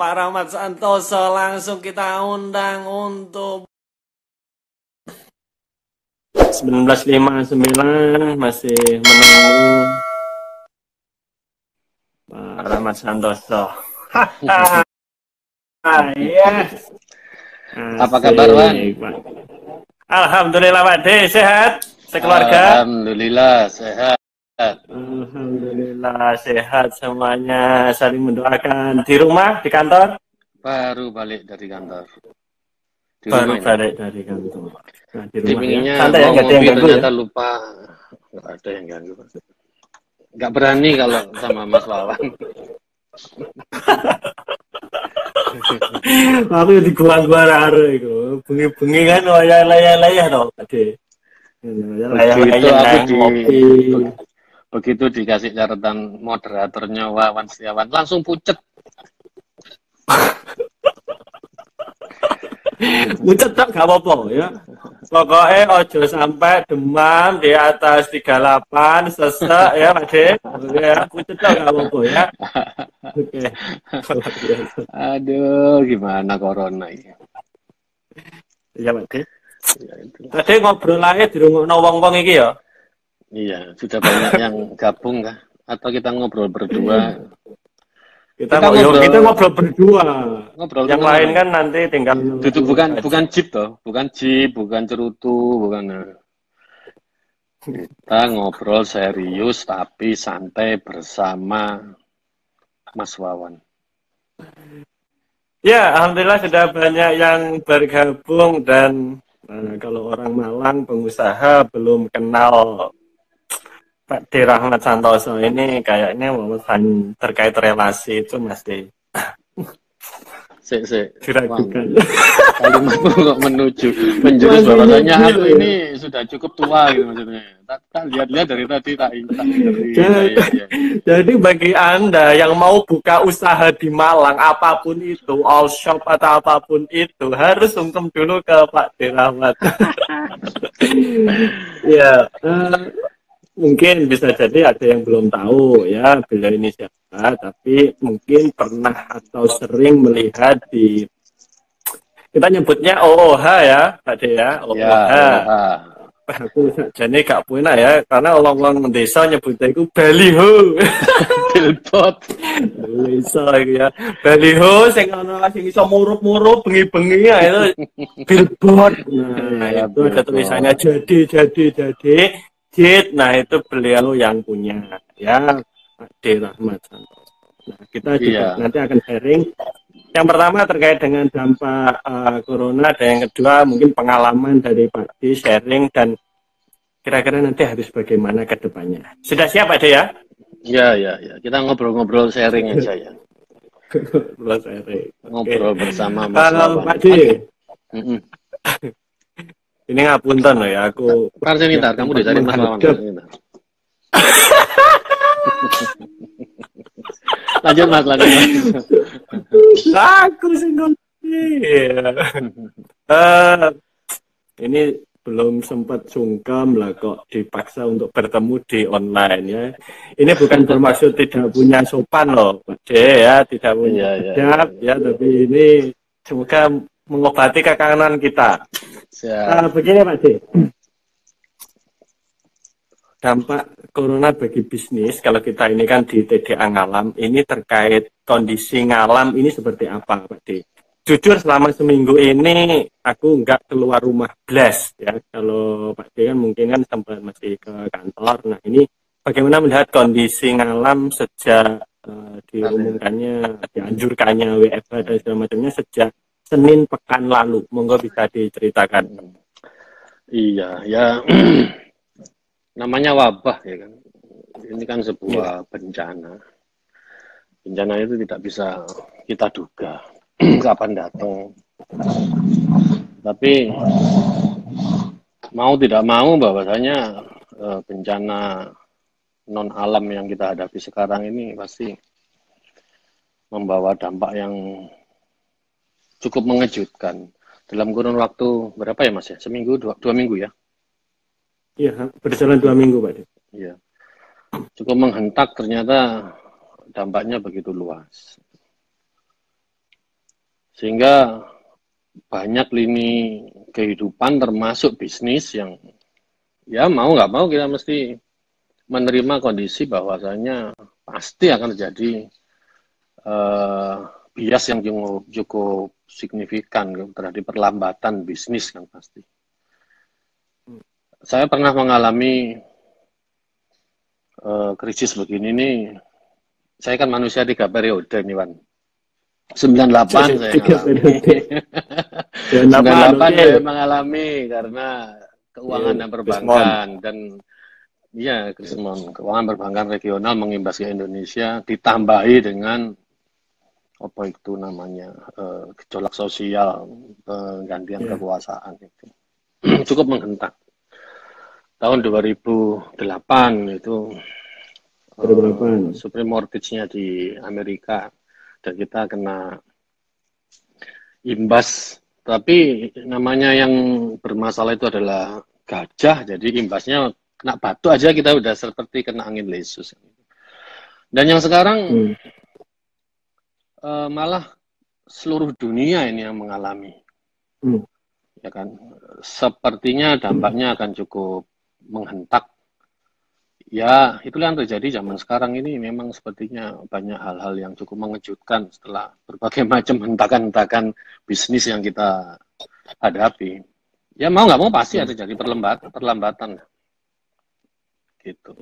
Pak Rahmat Santoso langsung kita undang untuk 1959 masih menunggu Pak Rahmat Santoso. Iya. Apa kabar, Wan? Alhamdulillah Pak D, sehat? Sekeluarga? Alhamdulillah sehat. Alhamdulillah sehat semuanya, saling mendoakan. Di rumah, di kantor? Baru balik dari kantor. Di Baru rumah ini. balik dari kantor. Nah, di rumah ya. Pinginnya Santai ya, mau nggak ada yang ngopi ganggu ternyata ya? lupa. Nggak ada yang ganggu. Nggak berani kalau sama Mas Wawan. Aku yang di gua raro itu. Bengi-bengi kan layah-layah dong, Ade. Begitu aku ngopi. begitu dikasih catatan moderatornya Wawan Setiawan langsung pucet. Pucet tak gak apa-apa ya. Pokoknya ojo sampai demam di atas 38 sesek ya Pak De. Oke ya, pucet tak gak apa-apa ya. Oke. Aduh, gimana corona ini? Iya Pak De. Ya, itu. Tadi ngobrol aja di rumah wong-wong iki ya. Iya, sudah banyak yang gabung kah? Atau kita ngobrol berdua? Kita ngobrol berdua. Ngobrol Yang lain kan nanti tinggal duduk bukan jeep toh, bukan jeep, bukan cerutu, bukan. Kita ngobrol serius tapi santai bersama Mas Wawan. Ya, alhamdulillah sudah banyak yang bergabung dan kalau orang Malang pengusaha belum kenal Pak D. Rahmat Santoso ini kayaknya wawasan terkait relasi itu masih diragukan. Kalimatmu kok menjurus bahwasanya aku ini sudah cukup tua gitu maksudnya. Tak lihat-lihat dari tadi tak Jadi bagi Anda yang mau buka usaha di Malang apapun itu, all shop atau apapun itu harus sungkem dulu ke Pak D. Rahmat. Ya, mungkin bisa jadi ada yang belum tahu ya beliau ini siapa, tapi mungkin pernah atau sering melihat di kita nyebutnya OOH ya Pak De ya, OOH. Aku jadi gak punya ya karena orang-orang desa nyebutnya itu baliho. Billboard. Desa ya. Baliho sing ana sing iso murup-murup bengi-bengi ya itu billboard. Nah, ya, itu ada tulisannya jadi. Nah, itu beliau yang punya ya Pak D. Rahmat Santoso. Nah, kita juga nanti akan sharing. Yang pertama terkait dengan dampak corona dan yang kedua mungkin pengalaman dari Pak D sharing dan kira-kira nanti harus bagaimana ke depannya. Sudah siap Pak D ya? Ya. Kita ngobrol-ngobrol sharing aja ya. Ngobrol bersama Mas Wawan. Pak D. Ini ngapunten loh ya, aku. Ntar, kamu dicari Mas Wawan. Lanjut Mas. Aku singgung. Ini belum sempat sungkem lah kok dipaksa untuk bertemu di online ya. Ini bukan bermaksud tidak punya sopan loh, Pak D ya, tidak punya adab ya, tapi ini semoga mengobati kekangenan kita. Begini Pak D. Dampak corona bagi bisnis, kalau kita ini kan di TDA Ngalam, ini terkait kondisi Ngalam ini seperti apa Pak D? Jujur selama seminggu ini aku nggak keluar rumah blas ya. Kalau Pak D kan mungkin kan sempat masih ke kantor. Nah ini bagaimana melihat kondisi Ngalam sejak diumumkannya, dianjurkannya WFH dan segala macamnya sejak Senin pekan lalu. Monggo bisa diceritakan. Iya, ya namanya wabah ya kan. Ini kan sebuah bencana. Bencana itu tidak bisa kita duga kapan datang. Tapi mau tidak mau bahwasanya bencana non alam yang kita hadapi sekarang ini pasti membawa dampak yang cukup mengejutkan. Dalam kurun waktu berapa ya Mas ya? Seminggu, dua minggu ya? Iya, berjalan 2 minggu Pak. Iya. Cukup menghentak, ternyata dampaknya begitu luas. Sehingga banyak lini kehidupan termasuk bisnis yang ya mau nggak mau kita mesti menerima kondisi bahwasanya pasti akan terjadi bias yang cukup signifikan terhadap perlambatan bisnis kan pasti. Saya pernah mengalami krisis begini nih. Saya kan manusia 3 periode nih, Wan. 98 saya mengalami. 98 saya mengalami karena keuangan dan perbankan dan iya, Krismon, keuangan perbankan regional mengimbas ke Indonesia ditambahi dengan apa itu namanya gejolak sosial, penggantian kekuasaan itu cukup menghentak. Tahun 2008 itu Supreme Mortgage-nya di Amerika dan kita kena imbas. Tapi namanya yang bermasalah itu adalah gajah, jadi imbasnya kena batu aja kita udah seperti kena angin lesus. Dan yang sekarang malah seluruh dunia ini yang mengalami, ya kan? Sepertinya dampaknya akan cukup menghentak. Ya, itulah yang terjadi zaman sekarang ini. Memang sepertinya banyak hal-hal yang cukup mengejutkan setelah berbagai macam hentakan-hentakan bisnis yang kita hadapi. Ya mau nggak mau pasti ada jadi perlambatan. Gitu.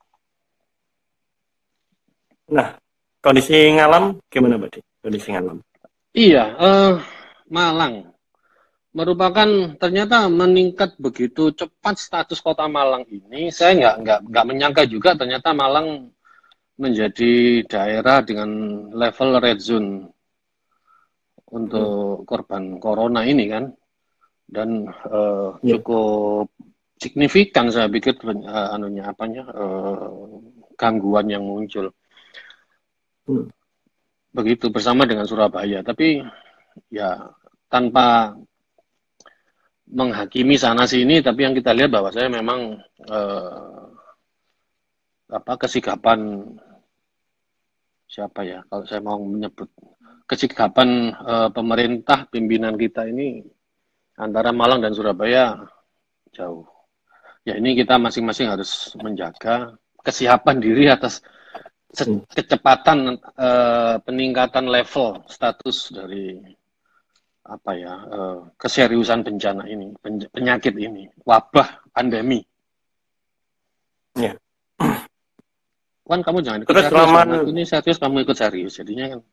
Nah, kondisi Ngalam gimana, Pak? Kondisi Ngalam? Iya, Malang merupakan ternyata meningkat begitu cepat status kota Malang ini. Saya nggak menyangka juga ternyata Malang menjadi daerah dengan level red zone untuk korban corona ini kan, dan cukup signifikan saya pikir gangguan yang muncul. Begitu bersama dengan Surabaya, tapi ya tanpa menghakimi sana sini, tapi yang kita lihat bahwa saya memang kesigapan siapa ya kalau saya mau menyebut kesigapan pemerintah pimpinan kita ini antara Malang dan Surabaya jauh. Ya ini kita masing-masing harus menjaga kesiapan diri atas kecepatan peningkatan level status dari keseriusan bencana ini, penyakit ini, wabah, pandemi. Ya. Wan, kamu jangan ikut Terus serius. Ini serius, kamu ikut serius. Jadinya kan.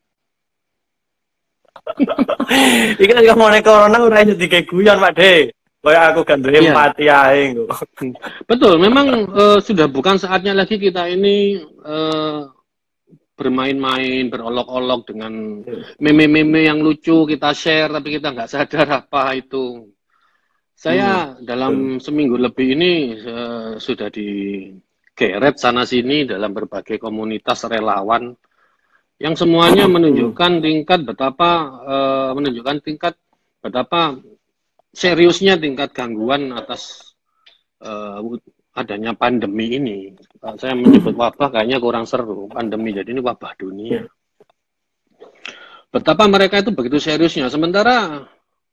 Iki kan ngomongin corona ora iso dikeguyon, Pak De. Kayak aku gandhe empati ae kok. Betul, memang sudah bukan saatnya lagi kita ini bermain-main, berolok-olok dengan meme-meme yang lucu kita share, tapi kita nggak sadar apa itu. Saya dalam seminggu lebih ini sudah digeret sana-sini dalam berbagai komunitas relawan yang semuanya menunjukkan tingkat betapa seriusnya tingkat gangguan atas adanya pandemi ini. Saya menyebut wabah kayaknya kurang seru, pandemi, jadi ini wabah dunia. Betapa mereka itu begitu seriusnya, sementara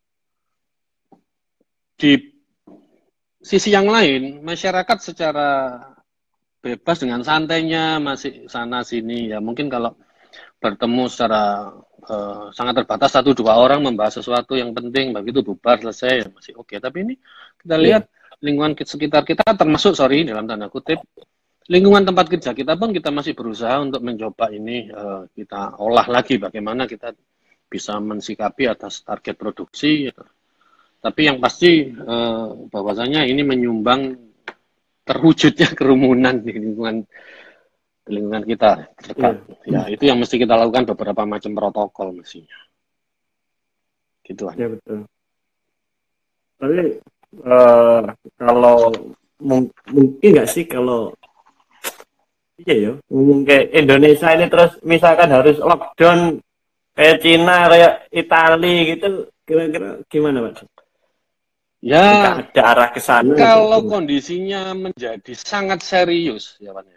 di sisi yang lain masyarakat secara bebas dengan santainya masih sana sini, ya mungkin kalau bertemu secara sangat terbatas 1-2 orang membahas sesuatu yang penting, begitu bubar selesai ya masih oke. Tapi ini kita lihat lingkungan sekitar kita, termasuk dalam tanda kutip lingkungan tempat kerja kita pun kita masih berusaha untuk mencoba ini kita olah lagi bagaimana kita bisa mensikapi atas target produksi gitu. Tapi yang pasti bahwasanya ini menyumbang terwujudnya kerumunan di lingkungan kita dekat. Ya, itu yang mesti kita lakukan, beberapa macam protokol mestinya. Gitu aja. Ya betul. Tapi kalau mungkin nggak sih kalau ya ngomong kayak Indonesia ini terus misalkan harus lockdown kayak Cina, kayak Italia gitu, kira-kira gimana, Pak? Ya, ada arah ke sana. Kalau kondisinya menjadi sangat serius, ya Pak.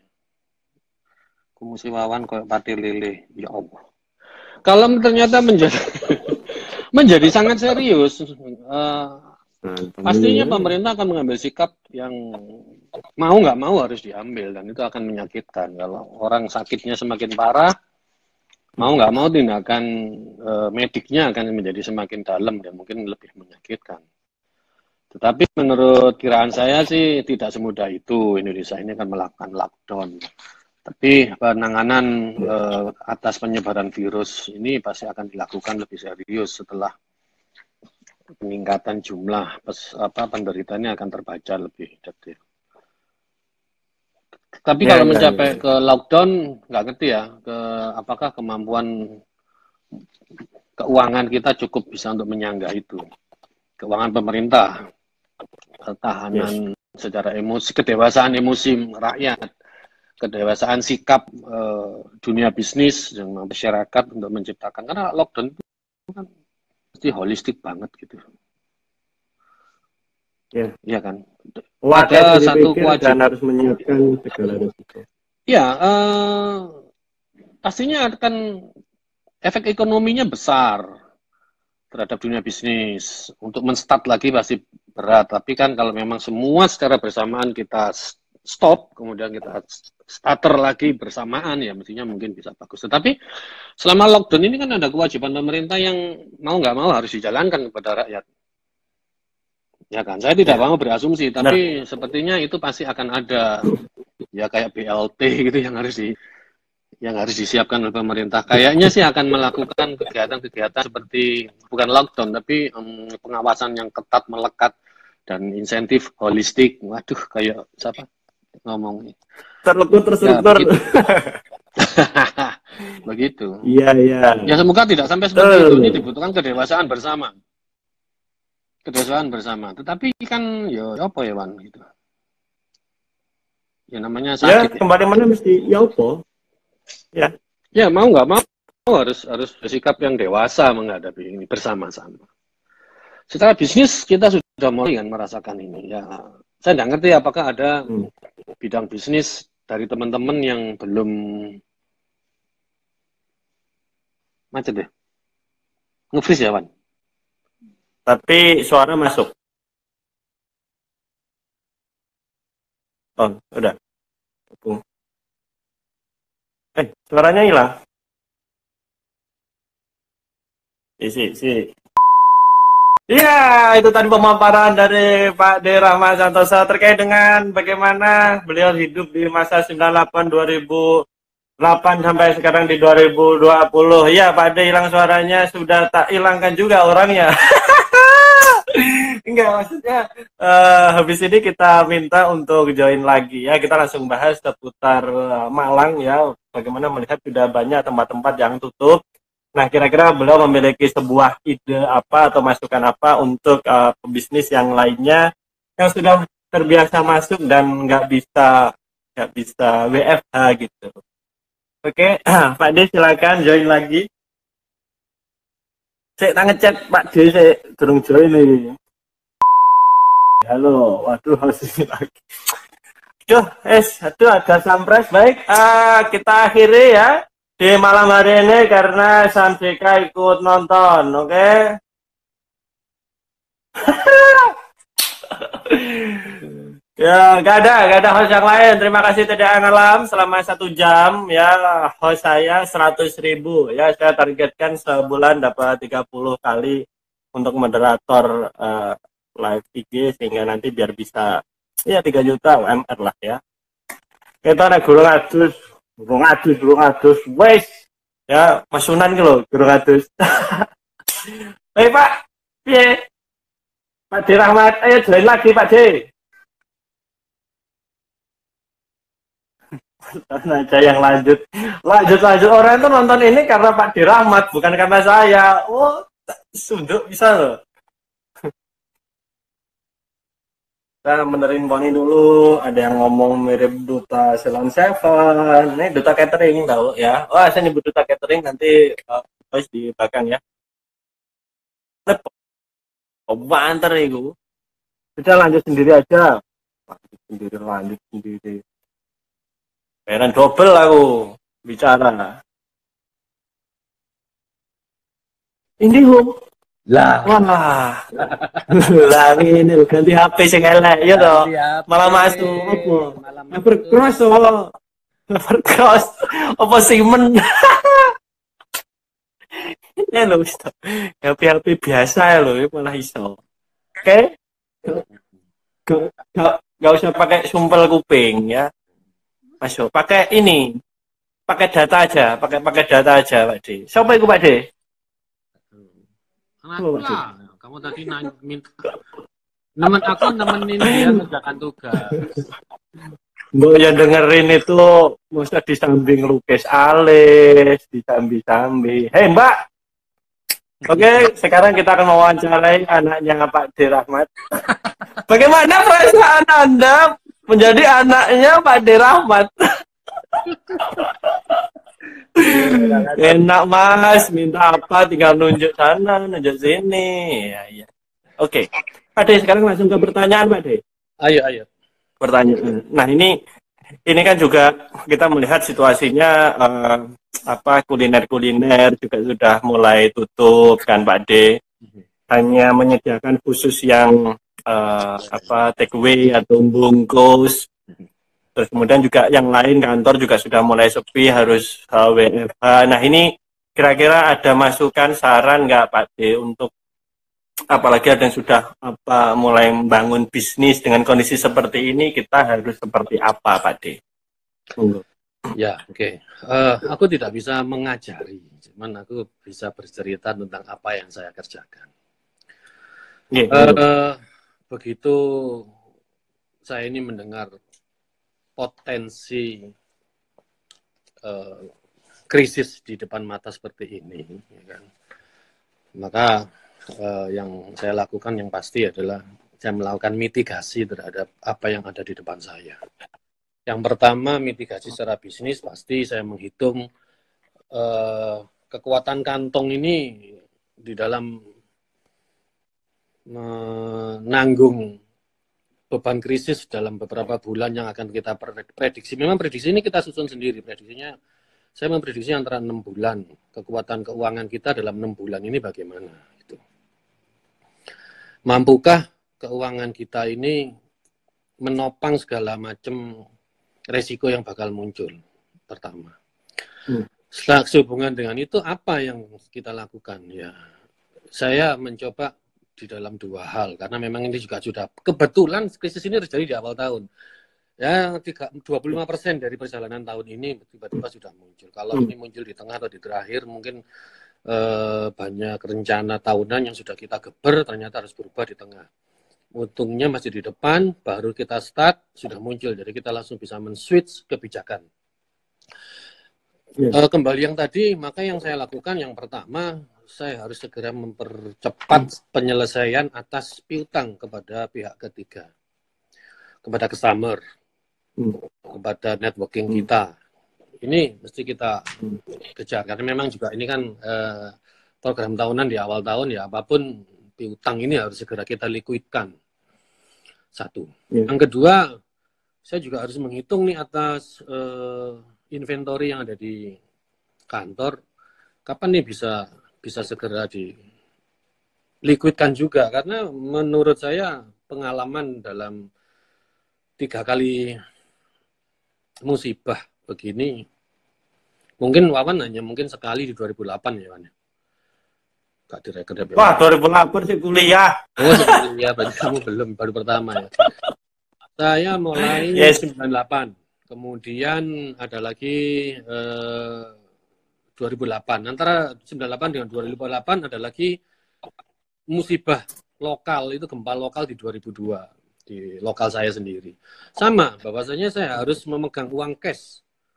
Kumusi wawan kayak pati lele, ya Allah. Kalau ternyata menjadi sangat serius. Pastinya ya. pemerintah akan mengambil sikap yang mau nggak mau harus diambil, dan itu akan menyakitkan. Kalau orang sakitnya semakin parah, mau nggak mau tindakan mediknya akan menjadi semakin dalam dan mungkin lebih menyakitkan. Tetapi menurut kiraan saya sih tidak semudah itu Indonesia ini akan melakukan lockdown. Tapi penanganan atas penyebaran virus ini pasti akan dilakukan lebih serius setelah peningkatan jumlah penderitanya akan terbaca lebih detail. Tapi kalau mencapai ke lockdown, nggak ngerti ya, apakah kemampuan keuangan kita cukup bisa untuk menyangga itu. Keuangan pemerintah, ketahanan secara emosi, kedewasaan emosi rakyat, kedewasaan sikap dunia bisnis dan masyarakat untuk menciptakan. Karena lockdown itu kan pasti holistik banget gitu. Iya kan. Ada satu kewajiban harus menyiapkan segala risiko. Ya, pastinya akan efek ekonominya besar terhadap dunia bisnis. Untuk menstart lagi pasti berat. Tapi kan kalau memang semua secara bersamaan kita stop, kemudian kita starter lagi bersamaan, ya mestinya mungkin bisa bagus. Tetapi selama lockdown ini kan ada kewajiban pemerintah yang mau nggak mau harus dijalankan kepada rakyat. Ya kan, saya tidak mau berasumsi, tapi sepertinya itu pasti akan ada, ya kayak BLT gitu yang harus disiapkan oleh pemerintah. Kayaknya sih akan melakukan kegiatan-kegiatan seperti bukan lockdown, tapi pengawasan yang ketat melekat dan insentif holistik. Waduh, kayak siapa ngomong? Terstruktur. Ya, begitu. Begitu. Iya. Ya semoga tidak sampai seperti itu. Ini dibutuhkan kedewasaan bersama. Kedewasaan bersama. Tetapi kan ya apa ya, Wan, gitu. Ya namanya sakit. Ya, kembali mana mesti ya apa? Ya. Ya mau nggak mau harus bersikap yang dewasa menghadapi ini bersama-sama. Secara bisnis kita sudah mulai kan merasakan ini. Ya, saya nggak ngerti apakah ada bidang bisnis dari teman-teman yang belum macet ya. Nge-freeze ya, Wan. Tapi suara masuk. Oh, udah. Suaranya hilang. Isi. Ya, itu tadi pemaparan dari Pak D. Rahmat Santoso terkait dengan bagaimana beliau hidup di masa 98 2008 sampai sekarang di 2020. Ya, Pak D hilang suaranya, sudah tak hilangkan juga orangnya. Enggak, maksudnya habis ini kita minta untuk join lagi ya. Kita langsung bahas seputar Malang ya. Bagaimana melihat sudah banyak tempat-tempat yang tutup. Nah, kira-kira beliau memiliki sebuah ide apa atau masukan apa untuk pebisnis yang lainnya yang sudah terbiasa masuk dan nggak bisa WFH gitu. Oke, Pak D silakan join lagi. Saya tak ngechat Pak D, saya durung join nih. Halo, waduh harus ini lagi. Aduh ada sampres. Baik, kita akhiri ya di malam hari ini karena Samsika ikut nonton, oke? Ya, gak ada host yang lain. Terima kasih tidak alam selama 1 jam ya. Host saya 100.000 ya. Saya targetkan sebulan dapat 30 kali untuk moderator live IG sehingga nanti biar bisa ya 3 juta UMR lah ya. Kita ada gurung adus wes ya masunan gitu loh gurung adus. Hei Pak, piye? Pak D Rahmat, ayo join lagi Pak D. Aja yang lanjut orang itu nonton ini karena Pak D Rahmat bukan karena saya. Oh, sunduk bisa loh. Kita benerin poni dulu. Ada yang ngomong mirip Duta Salon Seven. Ini Duta Catering tahu ya. Wah, saya nyebut Duta Catering nanti voice di belakang ya. Banter itu. Sudah lanjut sendiri aja. Lanjut sendiri. Heran double aku bicara. IndiHome. Lah, Wah, lah ini lho, ganti HP sing elek ya toh. ganti HP, Malah masuk apa? malah Evercross masuk. oh. Evercross apa Simen? Ya lho wis toh. HP-HP biasa ya lho, ini malah iso. Oke, gak usah pakai sumpel kuping ya. Masuk. Pakai ini, pakai data aja, pakai data aja, Pak D. Siapa itu, Pak D? Anakku lah, kamu tadi minta nemen aku nemenin dia ngerjakan tugas. Mbok yang dengerin itu mesti di samping lukis alis, disambi-sambi. Hei Mbak, oke sekarang kita akan mewawancarai anaknya Pak D. Rahmat. Bagaimana perasaan Anda menjadi anaknya Pak D. Rahmat? Enak Mas, minta apa tinggal nunjuk sana, nunjuk sini. Ya, ya. Oke, Pak D, sekarang langsung ke pertanyaan Pak D. Ayo. Pertanyaan. Nah ini kan juga kita melihat situasinya kuliner juga sudah mulai tutup kan Pak D. Hanya menyediakan khusus yang take away atau bungkus. Terus kemudian juga yang lain kantor juga sudah mulai sepi harus WFH. Nah ini kira-kira ada masukan saran nggak Pak D untuk apalagi ada yang sudah mulai membangun bisnis dengan kondisi seperti ini kita harus seperti apa Pak D? Ya oke. Aku tidak bisa mengajari, cuman aku bisa bercerita tentang apa yang saya kerjakan. Begitu saya ini mendengar potensi krisis di depan mata seperti ini, ya kan? Maka yang saya lakukan yang pasti adalah saya melakukan mitigasi terhadap apa yang ada di depan saya. Yang pertama, mitigasi secara bisnis pasti saya menghitung kekuatan kantong ini di dalam menanggung beban krisis dalam beberapa bulan yang akan kita prediksi. Memang prediksi ini kita susun sendiri. Prediksinya, saya memprediksi antara 6 bulan. Kekuatan keuangan kita dalam 6 bulan ini bagaimana? Gitu. Mampukah keuangan kita ini menopang segala macam resiko yang bakal muncul? Pertama. Setelah sehubungan dengan itu, apa yang kita lakukan? Ya, saya mencoba di dalam 2 hal, karena memang ini juga sudah kebetulan krisis ini terjadi di awal tahun. Ya, 25% dari perjalanan tahun ini tiba-tiba sudah muncul. Kalau ini muncul di tengah atau di terakhir, mungkin banyak rencana tahunan yang sudah kita geber, ternyata harus berubah di tengah. Untungnya masih di depan, baru kita start, sudah muncul. Jadi kita langsung bisa men-switch kebijakan. Kembali yang tadi, maka yang saya lakukan yang pertama, saya harus segera mempercepat penyelesaian atas piutang kepada pihak ketiga, kepada customer, kepada networking kita. Ini mesti kita kejar, karena memang juga ini kan program tahunan di awal tahun, ya apapun piutang ini harus segera kita liquidkan. Satu. Yang kedua, saya juga harus menghitung nih atas inventory yang ada di kantor, kapan nih bisa segera diliquidkan juga, karena menurut saya pengalaman dalam 3 kali musibah begini, mungkin Wawan hanya mungkin sekali di 2008 ya Wan. Gak direkod ya. Wah 2008 sih kuliah. Oh kuliah, berarti kamu belum, baru pertama ya. Saya mulai 98, kemudian ada lagi 2008. Antara 98 dengan 2008 ada lagi musibah lokal, itu gempa lokal di 2002 di lokal saya sendiri. Sama, bahwasanya saya harus memegang uang cash.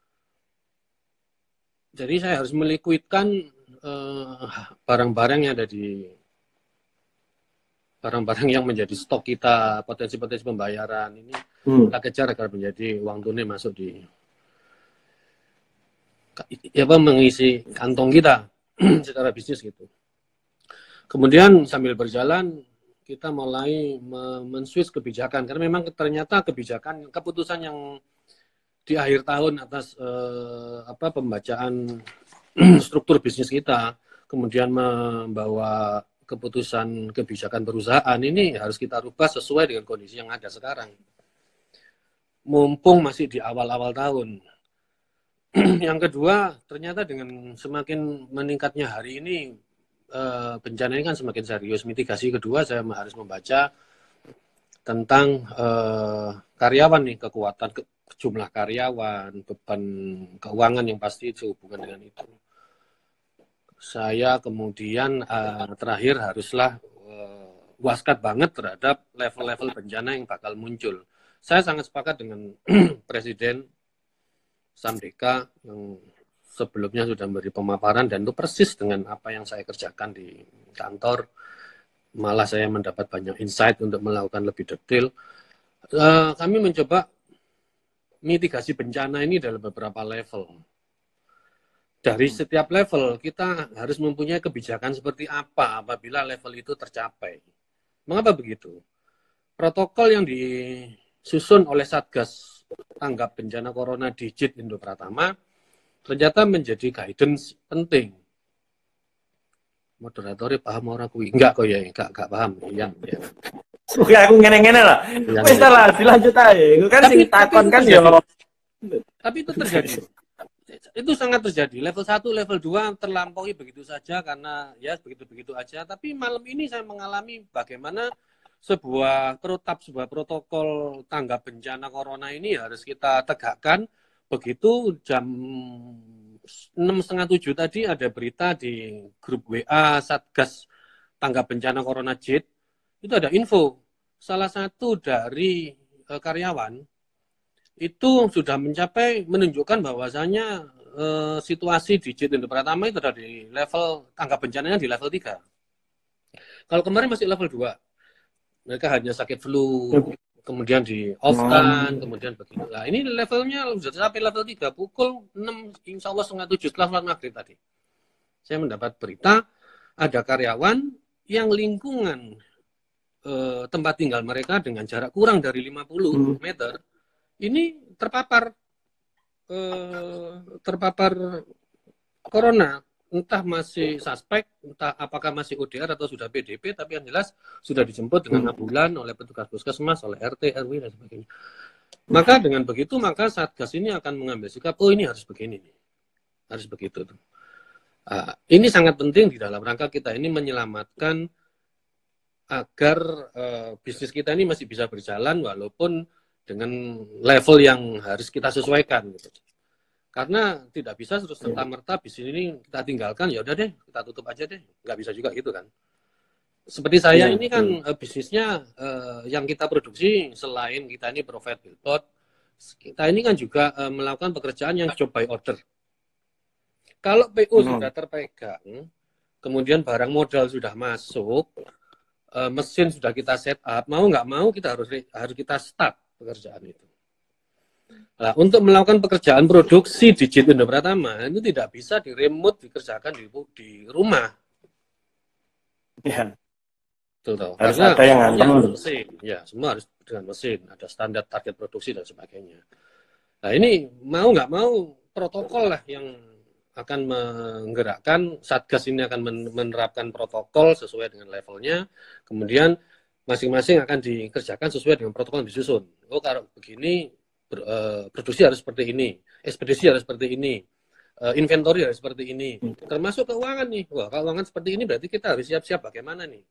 Jadi saya harus meliquidkan barang-barang yang ada di barang-barang yang menjadi stok kita, potensi-potensi pembayaran ini kita kejar agar menjadi uang tunai masuk di mengisi kantong kita secara bisnis gitu. Kemudian sambil berjalan kita mulai men-switch kebijakan, karena memang ternyata keputusan yang di akhir tahun atas pembacaan struktur bisnis kita, kemudian membawa keputusan kebijakan perusahaan ini harus kita rubah sesuai dengan kondisi yang ada sekarang. Mumpung masih di awal-awal tahun. Yang kedua, ternyata dengan semakin meningkatnya hari ini, bencana ini kan semakin serius. Mitigasi kedua, saya harus membaca tentang karyawan nih, kekuatan jumlah karyawan, beban keuangan yang pasti sehubungan dengan itu. Saya kemudian terakhir haruslah waskat banget terhadap level-level bencana yang bakal muncul. Saya sangat sepakat dengan Presiden Samdeka yang sebelumnya sudah memberi pemaparan dan itu persis dengan apa yang saya kerjakan di kantor. Malah saya mendapat banyak insight untuk melakukan lebih detail. Kami mencoba mitigasi bencana ini dalam beberapa level. Dari setiap level kita harus mempunyai kebijakan seperti apa apabila level itu tercapai. Mengapa begitu? Protokol yang disusun oleh Satgas Tanggap Bencana Corona Digit Indo Pratama ternyata menjadi guidance penting. Moderatornya paham orang kuwi? Enggak kok ya, enggak paham. Iya. Oke, aku ngene-ngene lah. Wis lah, dilanjut aja. Aku kan sing takon kan ya. Tapi itu terjadi. Itu sangat terjadi. Level 1, level 2 terlampaui begitu saja karena ya begitu-begitu aja. Tapi malam ini saya mengalami bagaimana sebuah protokol tanggap bencana corona ini harus kita tegakkan. Begitu jam 6:30 tadi ada berita di grup WA Satgas Tanggap Bencana Corona JIT. Itu ada info. Salah satu dari karyawan itu sudah menunjukkan bahwasannya situasi di JIT Indo Pratama itu ada di level tanggap bencananya di level 3. Kalau kemarin masih level 2. Mereka hanya sakit flu, kemudian di off-kan, kemudian begitu. Nah, ini levelnya sudah sampai level 3, pukul 6, insya Allah 6:30 setelah sholat maghrib tadi. Saya mendapat berita, ada karyawan yang lingkungan tempat tinggal mereka dengan jarak kurang dari 50 meter, ini terpapar corona, entah masih suspek, entah apakah masih ODR atau sudah PDP, tapi yang jelas sudah dijemput dengan ambulan oleh petugas puskesmas, oleh RT, RW dan sebagainya. Maka dengan begitu maka Satgas ini akan mengambil sikap, oh ini harus begini nih, harus begitu. Ini sangat penting di dalam rangka kita ini menyelamatkan agar bisnis kita ini masih bisa berjalan walaupun dengan level yang harus kita sesuaikan gitu. Karena tidak bisa terus serta-merta bisnis ini kita tinggalkan, ya udah deh, kita tutup aja deh. Nggak bisa juga gitu kan. Seperti saya ini kan bisnisnya yang kita produksi selain kita ini provide billboard, kita ini kan juga melakukan pekerjaan yang job by order. Kalau PO sudah terpegang, kemudian barang modal sudah masuk, mesin sudah kita set up, mau nggak mau kita harus kita start pekerjaan itu. Nah, untuk melakukan pekerjaan produksi di JIT Indo Pratama itu tidak bisa di remote dikerjakan di rumah. Ya. Betul, harus ada yang nganter. Mesin. Ya, semua harus dengan mesin. Ada standar target produksi dan sebagainya. Nah, ini mau nggak mau protokol lah yang akan menggerakkan, Satgas ini akan menerapkan protokol sesuai dengan levelnya. Kemudian masing-masing akan dikerjakan sesuai dengan protokol yang disusun. Oh, kalau begini produksi harus seperti ini, ekspedisi harus seperti ini, inventory harus seperti ini, termasuk keuangan nih. Wah, keuangan seperti ini berarti kita harus siap-siap bagaimana nih,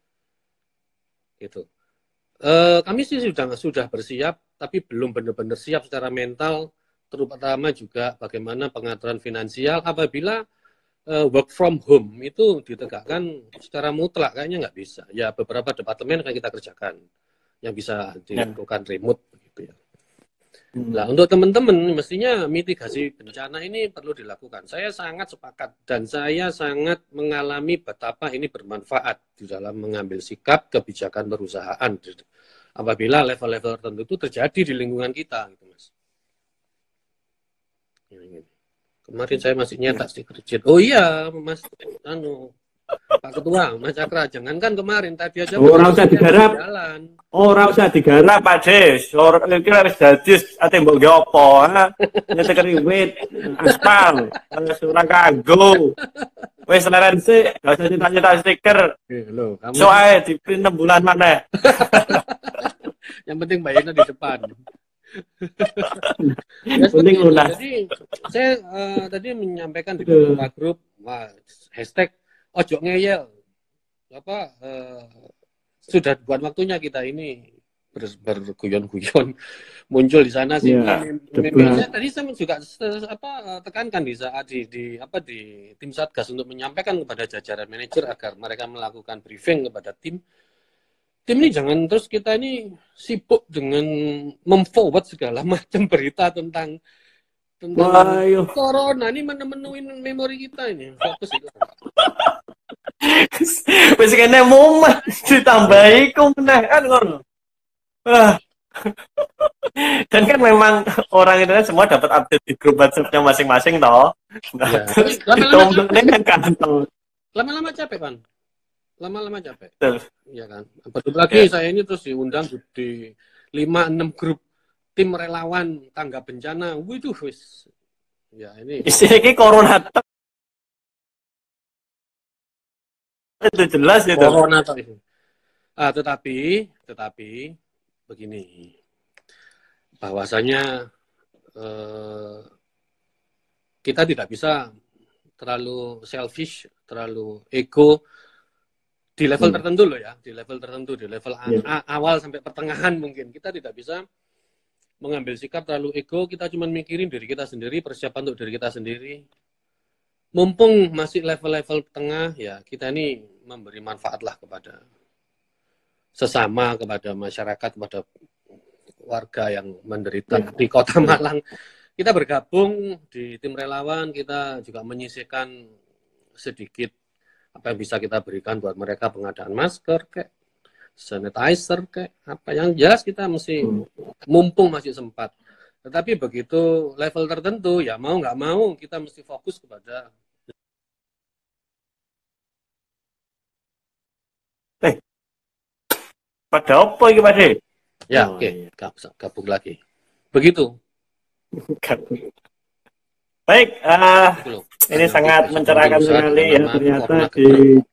gitu. Kami sih sudah bersiap, tapi belum benar-benar siap secara mental, terutama juga bagaimana pengaturan finansial apabila work from home itu ditegakkan secara mutlak, kayaknya nggak bisa. Ya beberapa departemen akan kita kerjakan yang bisa dilakukan remote, gitu ya. Nah, untuk teman-teman mestinya mitigasi bencana ini perlu dilakukan. Saya sangat sepakat dan saya sangat mengalami betapa ini bermanfaat di dalam mengambil sikap kebijakan perusahaan apabila level-level tertentu itu terjadi di lingkungan kita, gitu, Mas. Kemarin saya masih nyetak stiker JIT. Oh iya, Mas Pak Ketua, Mas Cakra, jangankan kemarin tadi aja ora usah digarap. Ora usah digarap, Pak Des. Ora iki wis dadi ate mbok ge apa, ha? Nyetek wit, aspal, ora kanggo. Wes leren sih, gak usah cinta-cinta stiker. Loh, kamu Soalnya di print 6 bulan mana? yang penting bayarnya di depan. Ya seperti Penting itu. lunas. Jadi saya tadi menyampaikan di beberapa grup, hashtag ojo ngeyel. Apa sudah bukan waktunya kita ini berguyon-guyon muncul di sana sini. Ya, Saya tadi saya juga tekankan di saat di tim Satgas untuk menyampaikan kepada jajaran manajer agar mereka melakukan briefing kepada tim ini jangan terus kita ini sibuk dengan memforward segala macam berita tentang corona ini menemuin memori kita ini. Fokus itu. Wis kene mumet ditambahi ku meneh kan ngono. Dan kan memang orang itu kan semua dapat update di grup WhatsApp-nya masing-masing toh. Nah, Ya. Lama-lama capek kan? Lama-lama capek. Iya kan. Betul lagi saya ini terus diundang di 5-6 grup tim relawan tanggap bencana. Waduh wis. Ya ini. Iki corona itu jelas itu. Corona itu. Tetapi begini. Bahwasanya kita tidak bisa terlalu selfish, terlalu ego di level tertentu loh ya, di level tertentu, di level awal sampai pertengahan mungkin kita tidak bisa mengambil sikap terlalu ego, kita cuma mikirin diri kita sendiri, persiapan untuk diri kita sendiri. Mumpung masih level-level tengah ya, kita ini memberi manfaatlah kepada sesama, kepada masyarakat, kepada warga yang menderita di Kota Malang. Kita bergabung di tim relawan, kita juga menyisihkan sedikit apa yang bisa kita berikan buat mereka, pengadaan masker kayak sanitizer kayak apa yang jelas kita mesti mumpung masih sempat. Tetapi begitu level tertentu ya mau nggak mau kita mesti fokus kepada pada apa iki Pak De? Ya, oke. Gabung lagi. Begitu. Baik, ini sangat mencerahkan sekali ya ternyata di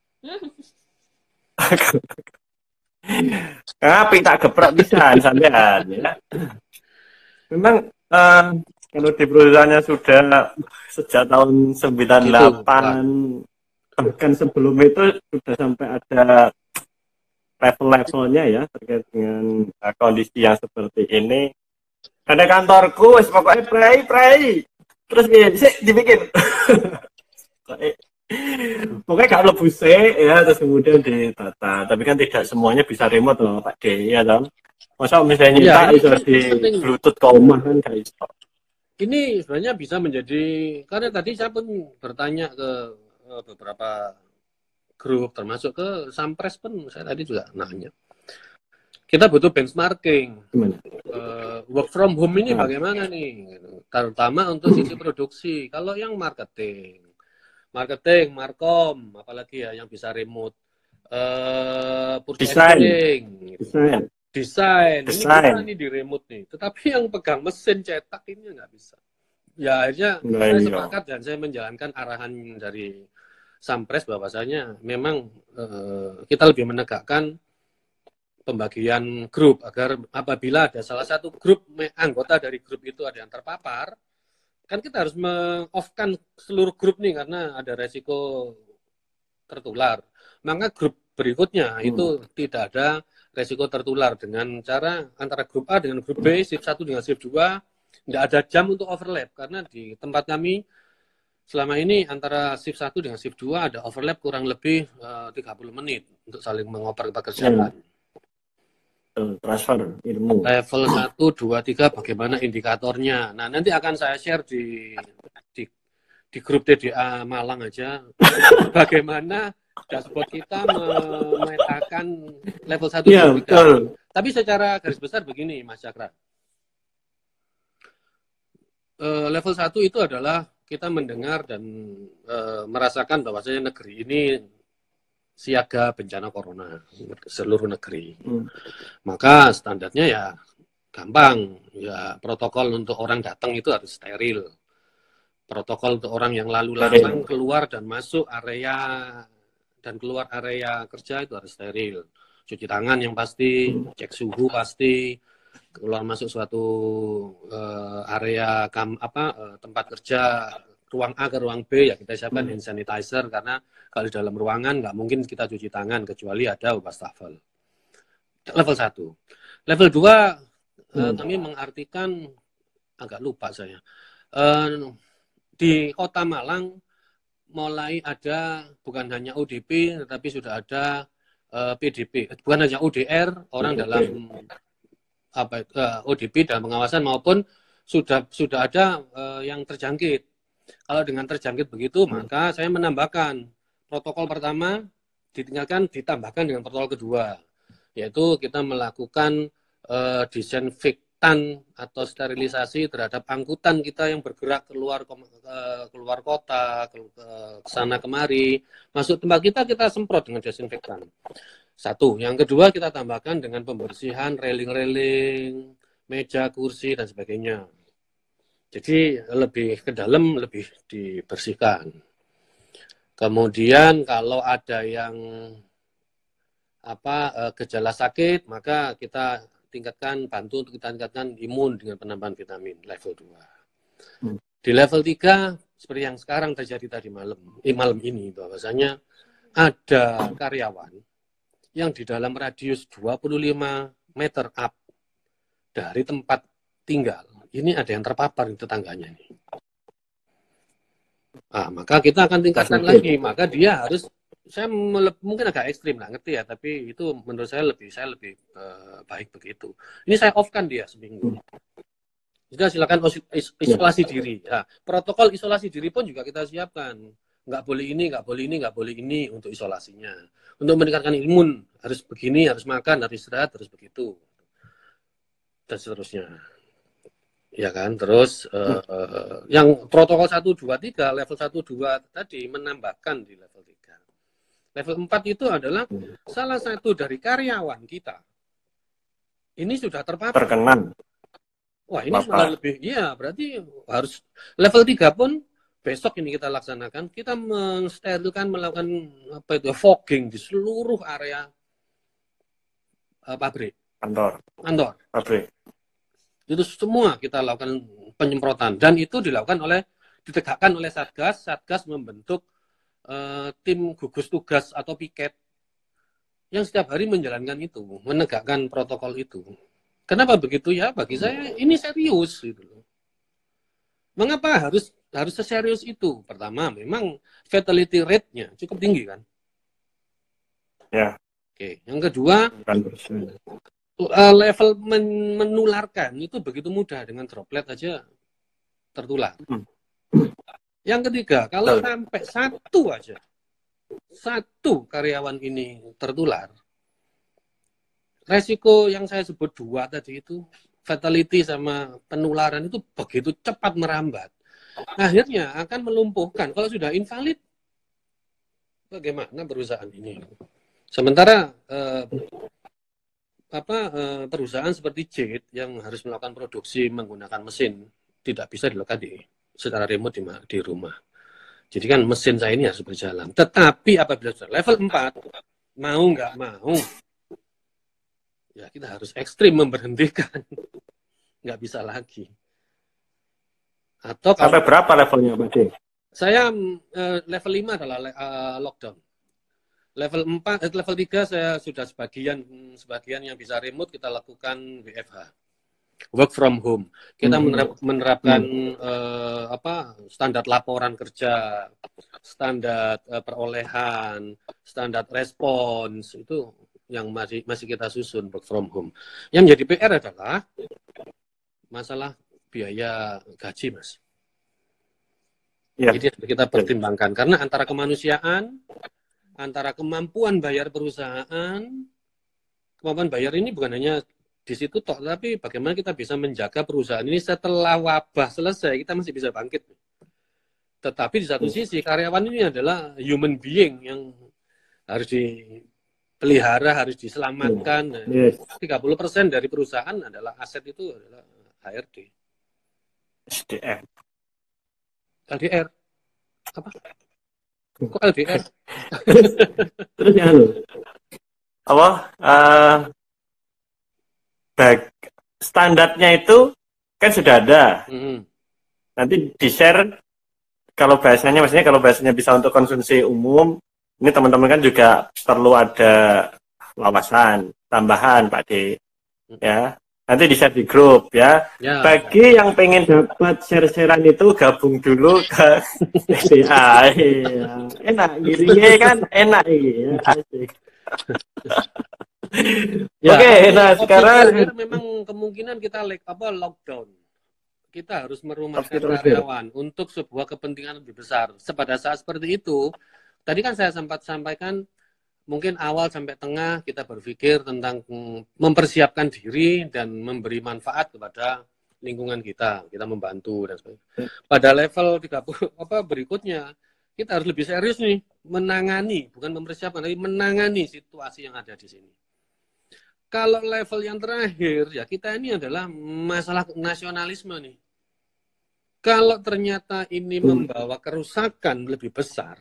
tapi tak geprak bisa sampean ya. Memang kalau di perusahaannya sudah sejak tahun 98 bahkan sebelum itu sudah sampai ada level-levelnya ya terkait dengan kondisi yang seperti ini. Ada kantorku, pokoknya pray. Terus dibikin. Pokoknya gak lebih ya, terus kemudian ditata. Tapi kan tidak semuanya bisa remote loh Pak D, ya dong. Masa misalnya bisa di Bluetooth ke rumah kan gak bisa. Ini sebenarnya bisa menjadi, karena tadi saya pun bertanya ke beberapa grup, termasuk ke Sampres pun saya tadi juga nanya. Kita butuh benchmarking. Work from home ini bagaimana nih? Terutama untuk sisi produksi. Kalau yang marketing, markom, apalagi ya yang bisa remote, desain. Ini bisa nih di remote nih. Tetapi yang pegang mesin cetak ini nggak bisa. Ya akhirnya saya sepakat dan saya menjalankan arahan dari Sampres bahwasanya memang kita lebih menegakkan pembagian grup agar apabila ada salah satu grup anggota dari grup itu ada yang terpapar, kan kita harus meng-off-kan seluruh grup nih karena ada resiko tertular. Maka grup berikutnya itu tidak ada resiko tertular dengan cara antara grup A dengan grup B, shift 1 dengan shift 2, tidak ada jam untuk overlap karena di tempat kami selama ini antara shift 1 dengan shift 2 ada overlap kurang lebih 30 menit untuk saling mengoper pekerjaan. Transfer ilmu. Level 1, 2, 3 bagaimana indikatornya. Nah, nanti akan saya share di grup TDA Malang aja bagaimana dashboard kita memetakan level 1 ya, 2, 3. Tapi secara garis besar begini Mas Cakra. Level 1 itu adalah kita mendengar dan merasakan bahwasanya negeri ini siaga bencana corona seluruh negeri. Maka standarnya ya gampang, ya protokol untuk orang datang itu harus steril. Protokol untuk orang yang lalu lalang keluar dan masuk area dan keluar area kerja itu harus steril. Cuci tangan yang pasti, cek suhu pasti, keluar masuk suatu area tempat kerja, ruang A ke ruang B ya kita siapkan hand sanitizer, karena kalau di dalam ruangan nggak mungkin kita cuci tangan kecuali ada wastafel. Level 1. Level 2 kami mengartikan, agak lupa saya. Di Kota Malang mulai ada bukan hanya ODP tetapi sudah ada PDP, bukan hanya ODR, orang dalam ODP dalam pengawasan, maupun sudah ada yang terjangkit. Kalau dengan terjangkit begitu, maka saya menambahkan protokol pertama ditambahkan dengan protokol kedua, yaitu kita melakukan disinfektan atau sterilisasi terhadap angkutan kita yang bergerak keluar kota, ke sana kemari, masuk tempat kita semprot dengan desinfektan. Satu. Yang kedua kita tambahkan dengan pembersihan railing-railing, meja, kursi, dan sebagainya. Jadi lebih ke dalam, lebih dibersihkan. Kemudian kalau ada yang gejala sakit, maka kita bantu untuk kita tingkatkan imun dengan penambahan vitamin level 2. Di level 3, seperti yang sekarang terjadi tadi malam ini, bahwasanya ada karyawan yang di dalam radius 25 meter up dari tempat tinggal, ini ada yang terpapar di tetangganya ini. Maka kita akan tingkatkan lagi, maka dia harus, saya mungkin agak ekstrim, nggak ngerti ya, tapi itu menurut saya lebih baik begitu. Ini saya off-kan dia seminggu. Sudah silakan isolasi diri. Ya, protokol isolasi diri pun juga kita siapkan. Nggak boleh ini, nggak boleh ini, nggak boleh ini untuk isolasinya. Untuk meningkatkan imun, harus begini, harus makan, harus istirahat, harus begitu. Dan seterusnya. Ya kan, terus yang protokol 1, 2, 3, level 1, 2 tadi menambahkan di level 3. Level 4 itu adalah salah satu dari karyawan kita. Ini sudah terkenal. Wah, ini malah lebih, iya, berarti harus level 3 pun besok ini kita laksanakan. Kita mensterilkan, melakukan fogging di seluruh area pabrik. Kantor. Pabrik. Itu semua kita lakukan penyemprotan, dan itu ditegakkan oleh Satgas. Satgas membentuk tim gugus tugas atau piket yang setiap hari menjalankan itu, menegakkan protokol itu. Kenapa begitu ya? Bagi saya ini serius gitu loh. Mengapa harus seserius itu? Pertama, memang fatality rate-nya cukup tinggi kan? Ya. Oke. Yang kedua, level menularkan itu begitu mudah, dengan droplet aja tertular. Yang ketiga, kalau sampai satu karyawan ini tertular, resiko yang saya sebut 2 tadi itu, fatality sama penularan itu begitu cepat merambat. Akhirnya akan melumpuhkan. Kalau sudah invalid, bagaimana perusahaan ini? Sementara perusahaan seperti JIT yang harus melakukan produksi menggunakan mesin tidak bisa dilakukan secara remote di rumah. Jadi kan mesin saya ini harus berjalan. Tetapi apabila sudah level 4, mau nggak mau, ya kita harus ekstrim memberhentikan. Nggak bisa lagi. Atau sampai berapa levelnya, Pak C? Saya level 5 adalah lockdown. Level 3 saya sudah sebagian yang bisa remote kita lakukan WFH. Work from home. Kita menerapkan standar laporan kerja, standar perolehan, standar respons, itu yang masih kita susun work from home. Yang menjadi PR adalah masalah biaya gaji, Mas. Ya. Jadi kita pertimbangkan, karena antara kemanusiaan, antara kemampuan bayar perusahaan, kemampuan bayar ini bukan hanya di situ toh, tapi bagaimana kita bisa menjaga perusahaan ini setelah wabah selesai, kita masih bisa bangkit. Tetapi di satu sisi, karyawan ini adalah human being yang harus dipelihara, harus diselamatkan. 30% dari perusahaan adalah aset, itu adalah HRD. SDM. LDR apa? Kok LDR? Terus ya lo, apa? Standarnya itu kan sudah ada. Nanti di-share kalau bahasanya, maksudnya kalau bahasanya bisa untuk konsumsi umum, ini teman-teman kan juga perlu ada wawasan tambahan, Pak D. Ya, nanti di-share di grup ya. Bagi yang pengen dapat share-sharean itu gabung dulu ke SDA. Ya. Enak, girinya kan enak ya. Ya, Oke, nah sekarang memang kemungkinan kita lockdown. Kita harus merumahkan karyawan untuk sebuah kepentingan lebih besar. Pada saat seperti itu, tadi kan saya sempat sampaikan, mungkin awal sampai tengah kita berpikir tentang mempersiapkan diri dan memberi manfaat kepada lingkungan kita membantu dan sebagainya. Pada level 30 berikutnya, kita harus lebih serius nih menangani, bukan mempersiapkan, tapi menangani situasi yang ada di sini. Kalau level yang terakhir, ya kita ini adalah masalah nasionalisme nih. Kalau ternyata ini membawa kerusakan lebih besar,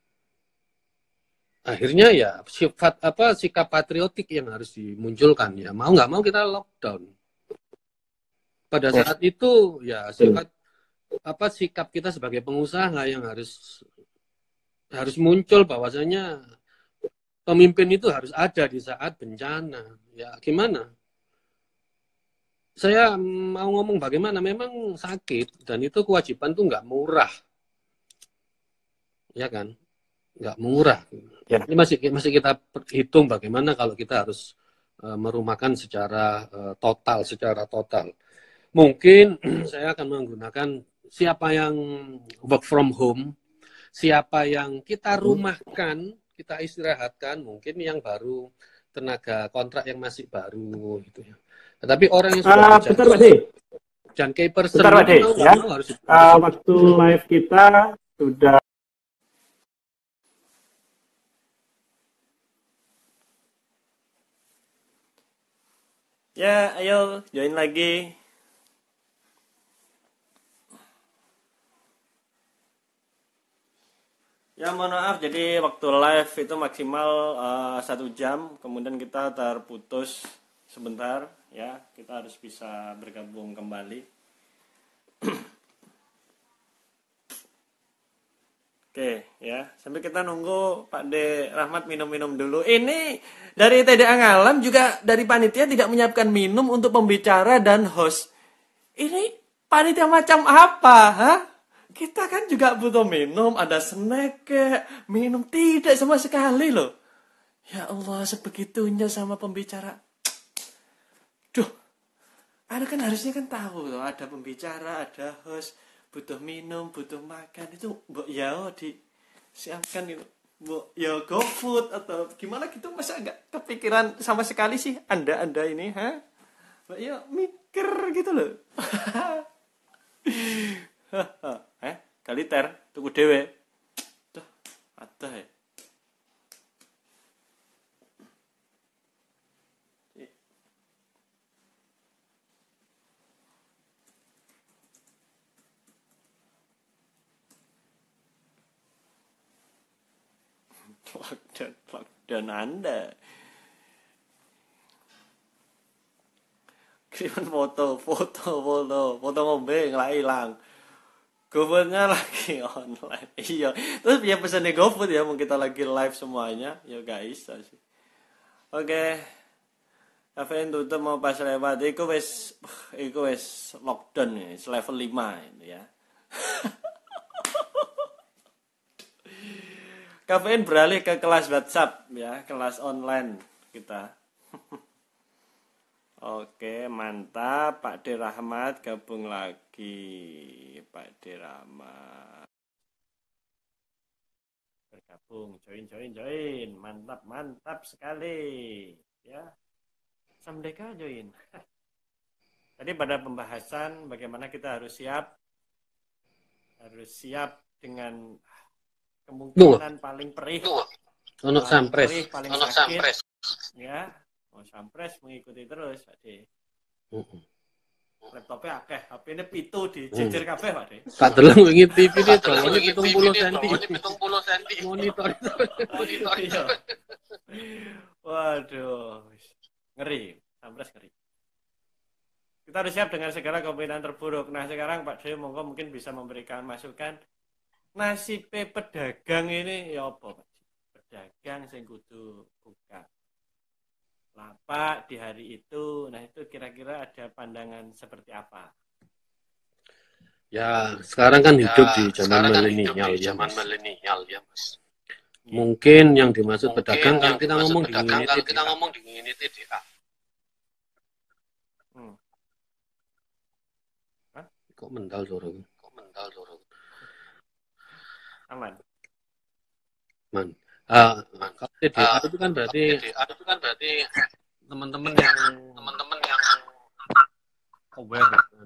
akhirnya ya sikap patriotik yang harus dimunculkan ya. Mau nggak mau kita lockdown. Pada saat itu ya sikap kita sebagai pengusaha yang harus muncul bahwasanya pemimpin itu harus ada di saat bencana. Ya gimana? Saya mau ngomong bagaimana, memang sakit dan itu kewajiban tuh nggak murah, ya kan? Nggak murah. Ya. Ini masih kita hitung bagaimana kalau kita harus merumahkan secara total. Mungkin saya akan menggunakan siapa yang work from home, siapa yang kita rumahkan, kita istirahatkan, mungkin yang baru tenaga kontrak yang masih baru gitu ya. Tetapi orang yang sudah bentar Pak D. jangkai person bentar Pak D, ya. Waktu live kita sudah ya, ayo join lagi. Ya mohon maaf, jadi waktu live itu maksimal 1 jam, kemudian kita terputus sebentar, ya kita harus bisa bergabung kembali. Oke, ya sambil kita nunggu Pak D Rahmat minum-minum dulu. Ini dari TDA Ngalam juga dari panitia tidak menyiapkan minum untuk pembicara dan host. Ini panitia macam apa, ha? Kita kan juga butuh minum, ada snack, minum tidak sama sekali loh. Ya Allah, sebegitunya sama pembicara. Duh, Anda kan harusnya kan tahu loh, ada pembicara, ada host, butuh minum, butuh makan, itu mbok ya disiapkan gitu. Mbok ya GoFood atau gimana gitu, masa enggak kepikiran sama sekali sih Anda ini, ha? Mbok ya mikir gitu loh. Kaliter tuku dhewe. Duh, ada ya. Lockdown Anda. Kiriman foto ngombe nggak hilang. GoFood-nya lagi online. Iya. Terus ya pesannya GoFood ya, mau kita lagi live semuanya, ya gak bisa sih. Oke. Kafein tutup mau pas lewat. Iku wes lockdown ya, level 5 itu ya. Kafein beralih ke kelas WhatsApp ya, kelas online kita. Oke, mantap. Pak D Rahmat gabung lagi. Pak D Rahmat bergabung, join. Mantap sekali. Ya. Samdeka join. Tadi pada pembahasan bagaimana kita harus siap dengan kemungkinan paling perih. Paling sakit. Ya. Mau sampres mengikuti terus, Pak D. Laptopnya akeh, HP-ne pitu dijejer kabeh, Pak De. Tak deleng wingi TV ini dawane 70 cm. Monitor itu. Iya. Waduh. Ngeri, sampres ngeri. Kita harus siap dengan segala kemungkinan terburuk. Nah, sekarang Pak De monggo mungkin bisa memberikan masukan nasib pedagang ini ya apa, Pak? Pedagang sing kudu buka lapak di hari itu. Nah, itu kira-kira ada pandangan seperti apa? Ya, sekarang kan hidup di zaman milenial ya, Mas. Mungkin yang dimaksud pedagang kalau kita ngomong di ini TDA. Kok mental suara? Aman. Kalau TDA itu kan berarti teman-teman yang aware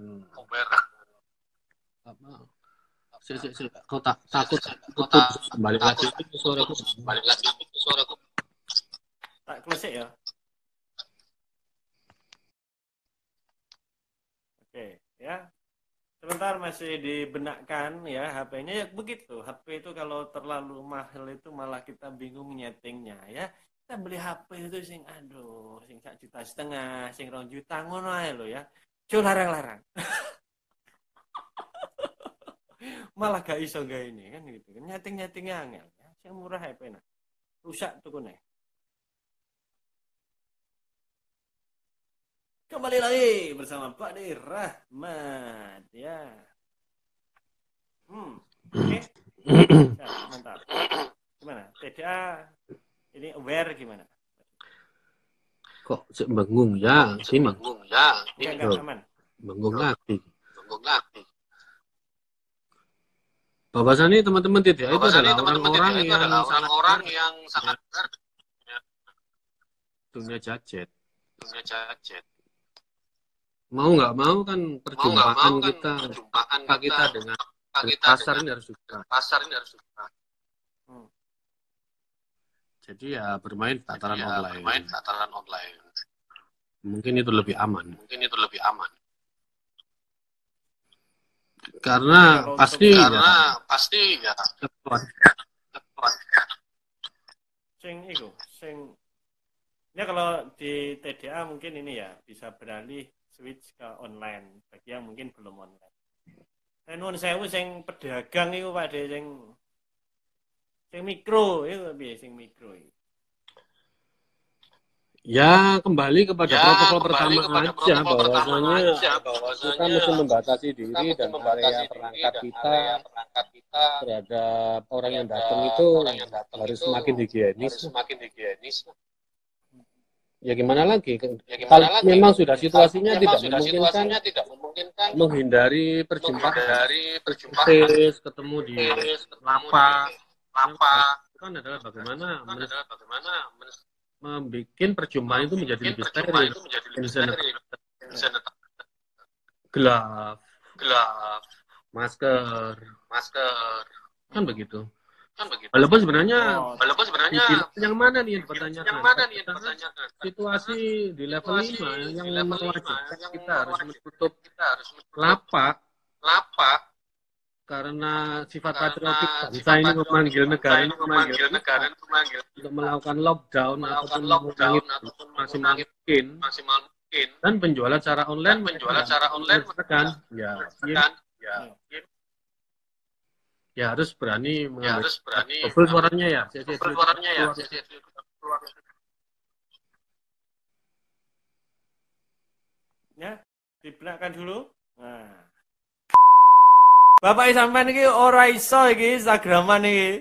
apa? Kau takut balik lagi ke suaraku. Tak klasik ya. Oke, ya. Sebentar masih dibenakkan ya HP-nya ya begitu. HP itu kalau terlalu mahal itu malah kita bingung nyetingnya ya. Kita beli HP itu sing aduh, sing 1,5 juta, sing 2 juta ngono ae lho ya. Jo larang-larang. Malah gak iso gawe ini kan gitu. Nyeting-nyetingnya angel ya. Sing murah HP nah. Rusak tukune. Kembali lagi bersama Pak De Rahmat ya. Oke. Nah, mantap. Gimana? TDA ini aware gimana? Kok bengung ya? Sini. Enggak aman. Bengung lagi. Bahwasannya teman-teman TDA itu adalah orang-orang yang sangat dunia gadget. Mau nggak mau kan perjumpaan kita dengan pasar ini harus dibuka. Jadi ya bermain tataran online. Mungkin itu lebih aman. Karena pasti ya. Sing ya kalau di TDA mungkin ini ya bisa beralih switch ke online bagi yang mungkin belum online. Nuwun sewu sing pedagang iku Pak De sing mikro itu piye sing mikro iki. Ya kembali kepada protokol pertama aja bahwasanya kita mesti membatasi diri dan area perangkat kita terhadap orang yang datang itu harus semakin higienis. Ya gimana lagi? Kalau memang sudah situasinya tidak memungkinkan menghindari perjumpaan, ketemu di lapak, kan adalah bagaimana membuat perjumpaan itu menjadi lebih steril. Glove, masker, kan begitu. Walaupun sebenarnya yang mana nih yang dipertanyakan? Situasi di level 5 yang mewajibkan kita harus menutup lapak karena sifat patriotik bangsa ini memanggil negara untuk melakukan lockdown ataupun maksimal mungkin dan penjualan secara online kan ya harus berani mengambil suaranya ya. Ya, dibelakang dulu. Nah. Bapak sampean iki ora iso iki Instagraman iki.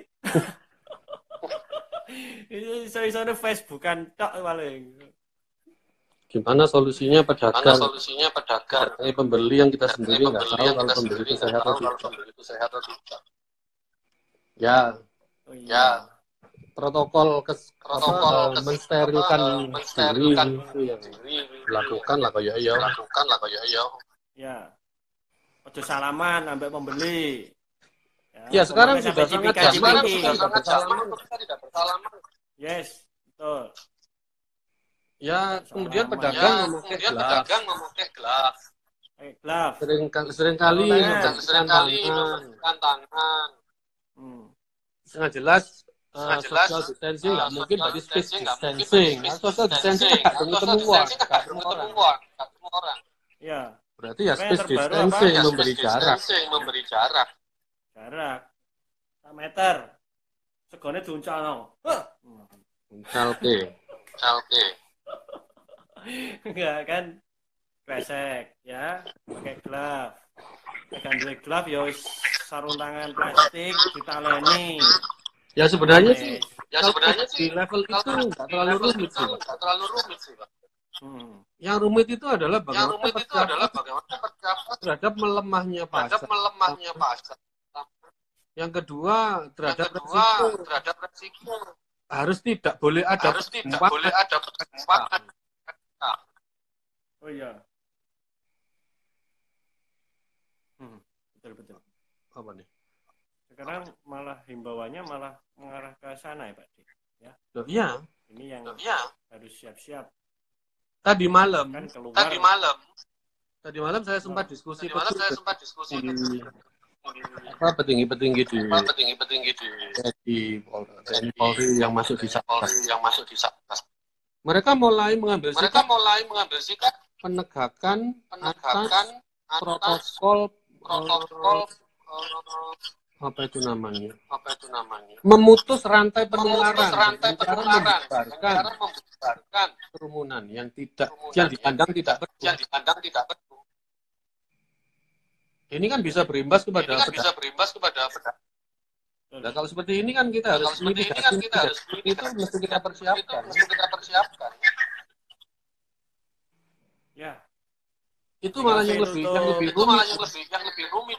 Iso-isone Facebookan tok paling. Gimana solusinya pedagang? Pembeli yang kita sendiri nggak tahu kalau pembeli itu sehat atau tidak. Ya, protokol mensterilkan diri itu yang dilakukan lah kayak ya. Ojo salaman sampai pembeli. Ya sekarang sudah sangat jarang kita tidak bersalaman. Yes, betul. Ya kemudian pedagang memakai gelas. glove. Seringkali membersihkan tangan. Setengah jelas social distancing nggak mungkin berarti space distancing. Social distancing nggak ketemu orang. Ya. Berarti ya space distancing memberi jarak. Jarak 1 meter. Segone diuncalno. Uncalke. Enggak kan kresek ya, pakai glove. Pegang duwe glove ya sarung tangan plastik ditaleni. Ya sebenarnya sih di level itu nggak terlalu rumit sih, Pak. Yang rumit itu adalah bagaimana terhadap melemahnya pasar. Yang kedua terhadap resiko. Harus tidak boleh ada perjumpaan. Oh iya. Betul. Apa nih? Sekarang malah himbauannya malah mengarah ke sana ya Pak D. Ya. Loh, iya. Ini yang harus siap-siap. Tadi malam saya sempat diskusi petinggi-petinggi di Polri yang masuk di Satgas. Mereka mulai mengambil sikap penegakan protokol apa itu namanya? Memutus rantai penularan dengan cara membubarkan kerumunan yang dipandang tidak perlu. Ini kan bisa berimbas kepada Nah, kalau seperti ini kan kita harus itu mesti kita persiapkan. Ya. Itu malah yang lebih rumit.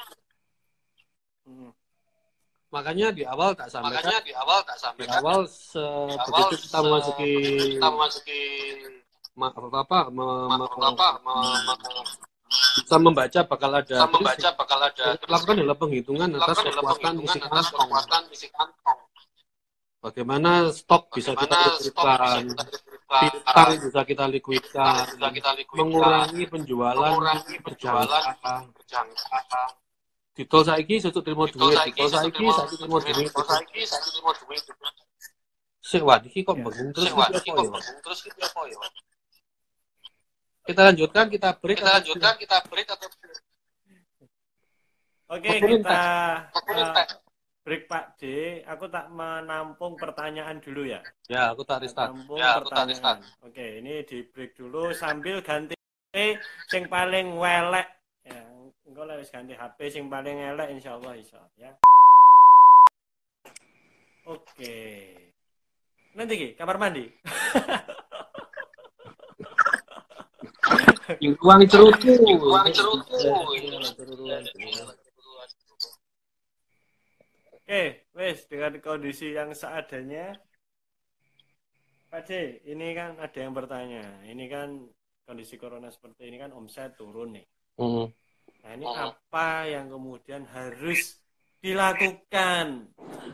Makanya di awal tak sampaikan. Di awal begitu kita memasuki bisa membaca bakal ada lakukan adalah penghitungan atas kekuatan isi kantong. Bagaimana stok bisa kita liquidkan, piutang bisa kita liquidkan, mengurangi penjualan berjangka. Ditol saiki sesuk trimo duit, ditol saiki trimo duit. Sik wae iki kok bengung terus iki apa ya? Kita lanjutkan, kita break atau Oke, kita break Pak D. Aku tak menampung pertanyaan dulu ya. Ya, aku tak restart. Oke, ini di break dulu sambil ganti sing paling welek. Ya, engko wis ganti HP sing paling elek insyaallah ya. Oke. Nanti ki kamar mandi. Uang cerutu. Oke, wes dengan kondisi yang seadanya. Pak D, ini kan ada yang bertanya. Ini kan kondisi corona seperti ini kan omset turun nih. Nah, ini apa yang kemudian harus dilakukan?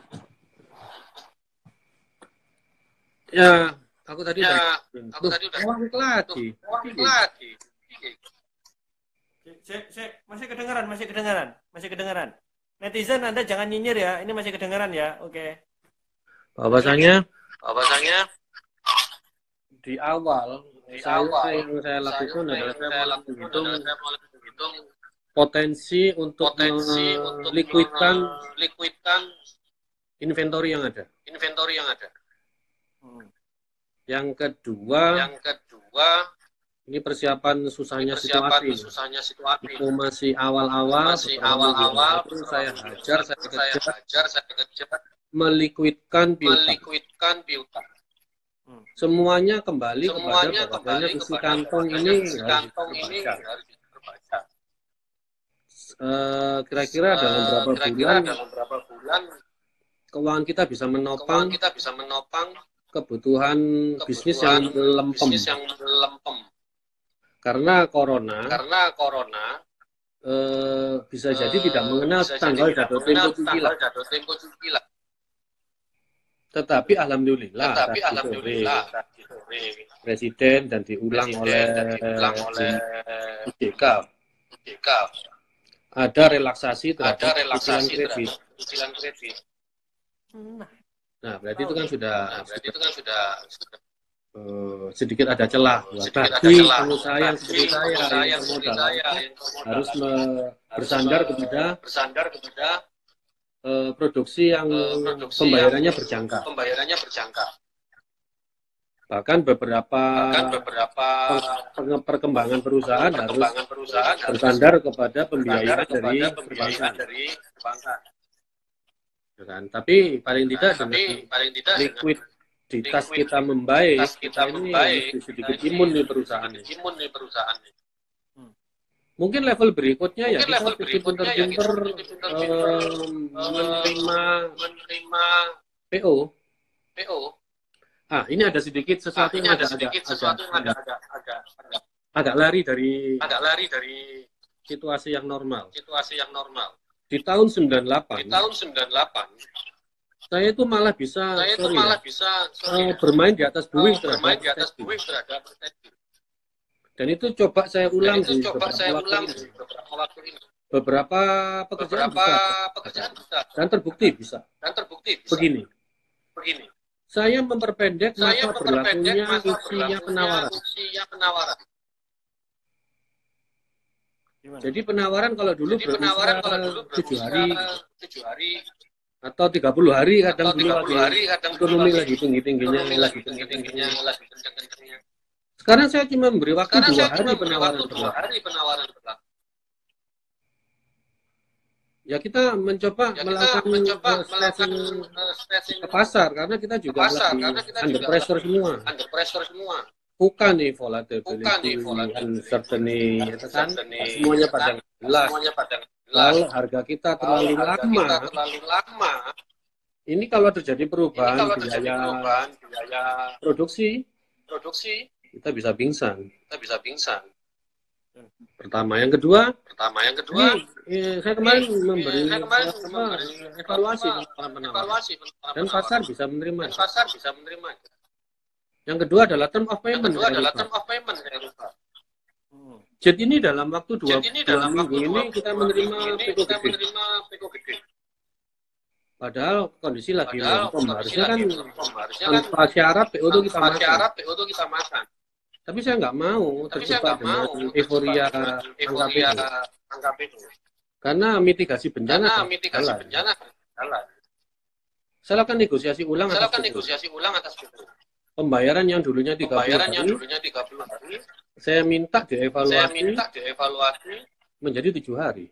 Ya, aku tadi udah lagi. Masih kedengaran. Netizen Anda jangan nyinyir ya. Ini masih kedengaran ya. Oke. Bahwasanya di awal yang saya lakukan adalah saya menghitung potensi untuk meliquidkan inventory yang ada. Yang kedua, ini persiapan susahnya situasi. Itu masih awal-awal. Itu saya kejar meliquidkan piutang. Semuanya kembali kepada bahwasanya isi kantong ini harus diperbaca. Kira-kira dalam berapa bulan keuangan kita bisa menopang kebutuhan bisnis yang lempem. Karena corona bisa jadi tidak mengenal tanggal jatuh tempo cicilan. Tetapi alhamdulillah Presiden dan diulang oleh OJK ada relaksasi terhadap cicilan kredit. Nah, berarti itu kan sudah sedikit ada celah. Bagi pengusaha yang seperti saya yang modal harus bersandar kepada produksi yang pembayarannya berjangka. Bahkan beberapa perkembangan perusahaan harus bersandar kepada pembiayaan dari perbankan. Kan? Tapi paling tidak dengan likuiditas kita membaik, kita ini sedikit imun di perusahaan. Mungkin level berikutnya ya kita pinter-pinter menerima PO. Ini ada sedikit sesuatu yang agak lari dari situasi yang normal. Di tahun 98 saya itu malah bisa bermain di atas buih terhadap dan itu coba saya ulang di beberapa waktu ini. Beberapa pekerjaan bisa dan terbukti bisa. Begini. Saya memperpendek masa berlakunya usia penawaran. Jadi penawaran kalau dulu berusia 7 hari atau 30 hari kadang dulu ekonomi lagi tinggi-tingginya. Sekarang saya cuma memberi waktu 2 hari penawaran berlaku. Ya kita mencoba melakukan stressing ke pasar karena kita juga under pressure semua. Bukan nih volatility, uncertainty, itu kan semuanya pada jelas. Kalau harga kita terlalu lama, ini kalau terjadi perubahan biaya produksi, kita bisa pingsan. Pertama, yang kedua, saya kemarin memberi evaluasi dan pasar bisa menerima. Yang kedua adalah term of payment. Jet ini dalam waktu 2 minggu ini kita menerima PO gede. Padahal kondisi lagi melempem. Harusnya kan tanpa syarat PO itu kita makan. Tapi saya nggak mau terjebak dengan euforia angka PO. Karena mitigasi bencana jalan. Saya lakukan negosiasi ulang atas PO. Pembayaran yang dulunya 30 hari, saya minta dievaluasi menjadi 7 hari.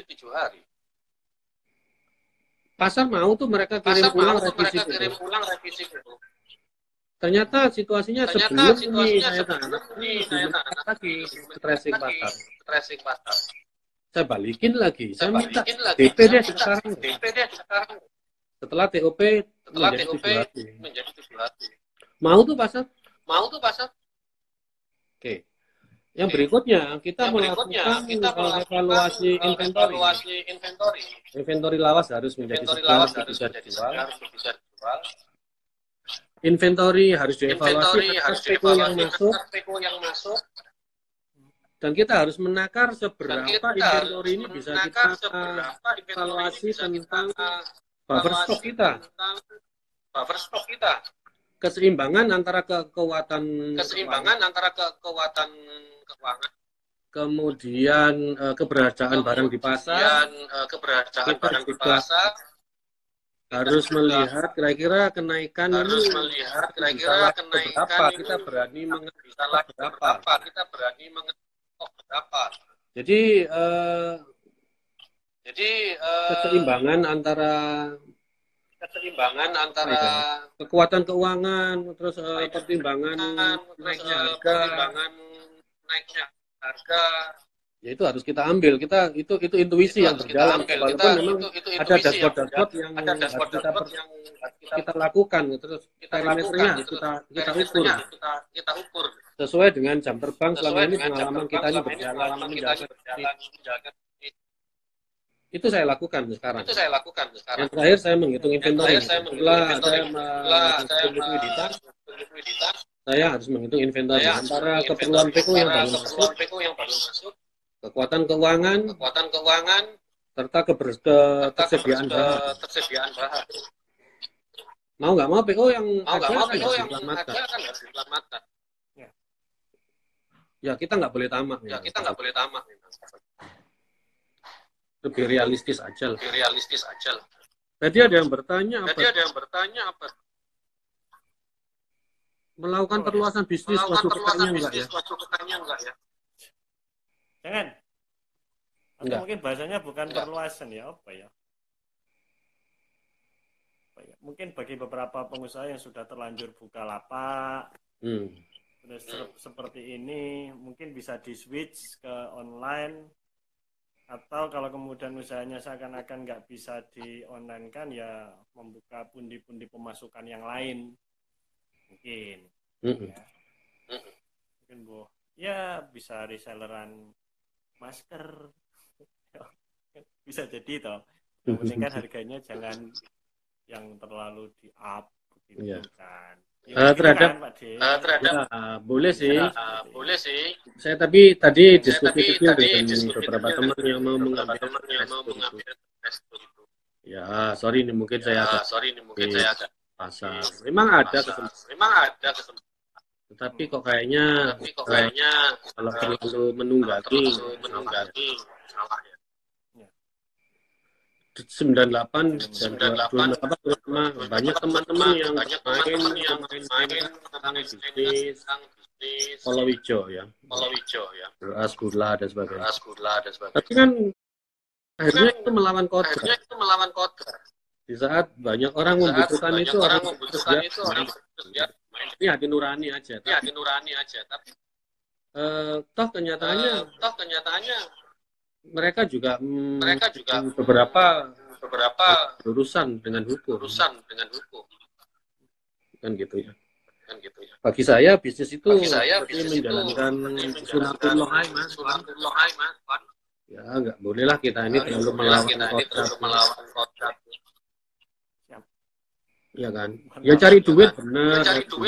Pasar mau tuh mereka kirim ulang revisi itu. Ternyata situasinya sebelum ini saya lagi stressing pasar. Saya balikin lagi, saya minta DP deh sekarang. Setelah TOP menjadi 7 hari. Mau tuh pasar? Oke. Yang berikutnya kita melakukan evaluasi inventory. Inventory lawas harus menjadi segar, bisa dijual. Inventory harus dievaluasi atas PO yang masuk. Dan kita harus menakar seberapa inventory ini bisa kita evaluasi tentang buffer stok kita. Keseimbangan antara kekuatan keuangan, kemudian keberadaan barang di pasar, harus melihat kira-kira kenaikan ini berapa, kita berani mengetok berapa. Jadi keseimbangan antara kekuatan keuangan, terus pertimbangan naiknya harga, ya itu harus kita ambil. Itu intuisi yang berjalan. Walaupun memang ada dashboard yang harus kita lakukan, terus parameternya kita ukur sesuai dengan jam terbang. Selama ini pengalaman kita ini berjalan menjaga. Itu saya lakukan sekarang. Yang terakhir saya menghitung inventory. Setelah saya menghitung likuiditas, saya harus menghitung inventory antara keperluan PO yang baru masuk kekuatan keuangan, serta ketersediaan bahan. Mau nggak mau PO yang ada kan harus diselamatkan. Ya kita nggak boleh tamak. Lebih realistis aja lah. Tadi ada yang bertanya apa? Melakukan perluasan bisnis masuk kotanya enggak ya? Jangan. Atau Enggak. mungkin bahasanya bukan perluasan ya, apa ya? Mungkin bagi beberapa pengusaha yang sudah terlanjur buka lapak, seperti ini, mungkin bisa di switch ke online, atau kalau kemudian usahanya seakan-akan nggak bisa di online kan, ya membuka pundi-pundi pemasukan yang lain, mungkin. Ya. Mungkin ya bisa reselleran masker, bisa jadi toh. Yang penting kan harganya jangan yang terlalu di up begitu kan. Terhadap kan, Pak D? Ya, boleh sih. Saya tapi tadi diskusi kecil dengan beberapa teman yang mau mengambil tes itu. Ya, sorry nih mungkin saya agak pasar. Memang ada kesempatan. Tetapi kok kayaknya kalau terlalu menunggangi salah ya. 98 dan 28 terutama banyak teman-teman yang main bisnis Polowijo ya. Beras, gula dan sebagainya. Tapi kan akhirnya itu melawan kodrat. Di saat banyak orang membutuhkan itu orang ini hati nurani aja. Tapi toh kenyataannya mereka juga beberapa berurusan dengan hukum. Kan gitu ya. Bagi saya bisnis itu menjalankan sunatullah mas. Ya nggak bolehlah kita ini terlalu melawan kodrat. Ya kan. Ya cari duit benar.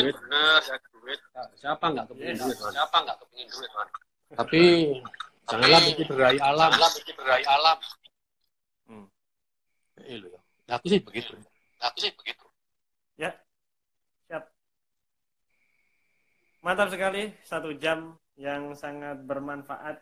Siapa nggak kepingin duit? Tapi janganlah mencederai alam. Aku sih begitu. Ya, siap. Mantap sekali, 1 jam yang sangat bermanfaat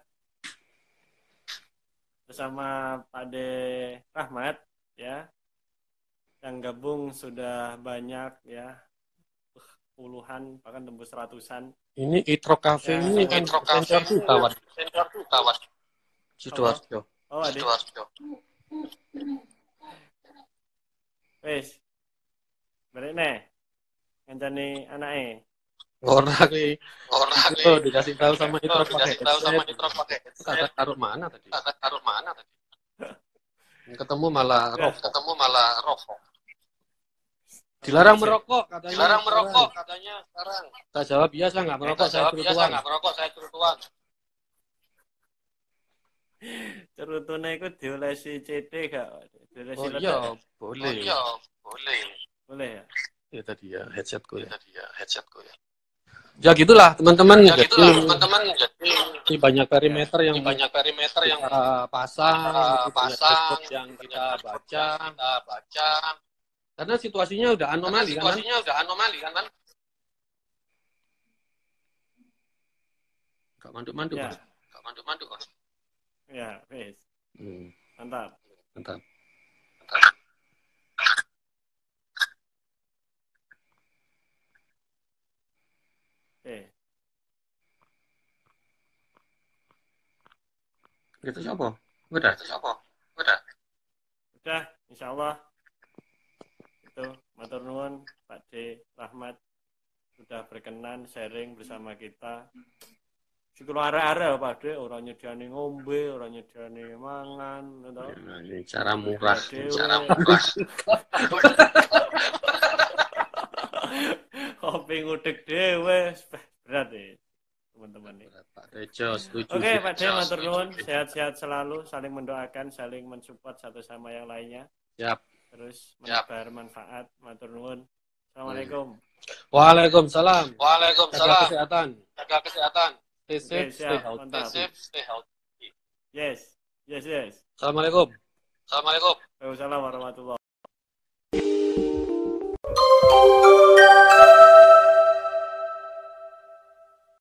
bersama Pak De Rahmat ya. Yang gabung sudah banyak ya, puluhan bahkan tembus ratusan. Ini Itro Cafe ya, ini kan sensor tuh kawan. Sidoarjo. Oh, ada. Wes. Balik nih. Ngancani anake. Ora ki. Oh, dikasih tahu sama Itro pakai. Kata taruh mana tadi? Ketemu malah rokok. Dilarang merokok katanya sekarang. Tak jawab biasa nggak merokok saya suruh tuang. Cerutune iku diolesi CD gak? Diolesi iya, boleh. Boleh ya? Ya tadi ya headsetku ya. Ya gitulah teman-teman. Ini banyak perimeter yang pasang yang kita baca. Karena situasinya udah anomali kan? Gak manduk-manduk. Ya, wes. Mantap. Itu siapa? Udah, insya Allah. Itu matur nuwun Pak D Rahmat sudah berkenan sharing bersama kita. Sikul arek-arek Pak D, ora nyediani ngombe, ora nyediani mangan, gitu. Ya, ini cara murah. Kopi ngudek dhewe, berat ya teman-teman nih. Pak Rejo setuju. Oke, Pak D matur nuwun, sehat-sehat selalu, saling mendoakan, saling mensupport satu sama yang lainnya. Siap. Terus menebar manfaat. Matur nuwun. Assalamualaikum. Waalaikumsalam. Jaga kesehatan. Stay safe, stay healthy. Yes. Assalamualaikum. Waalaikumsalam warahmatullahi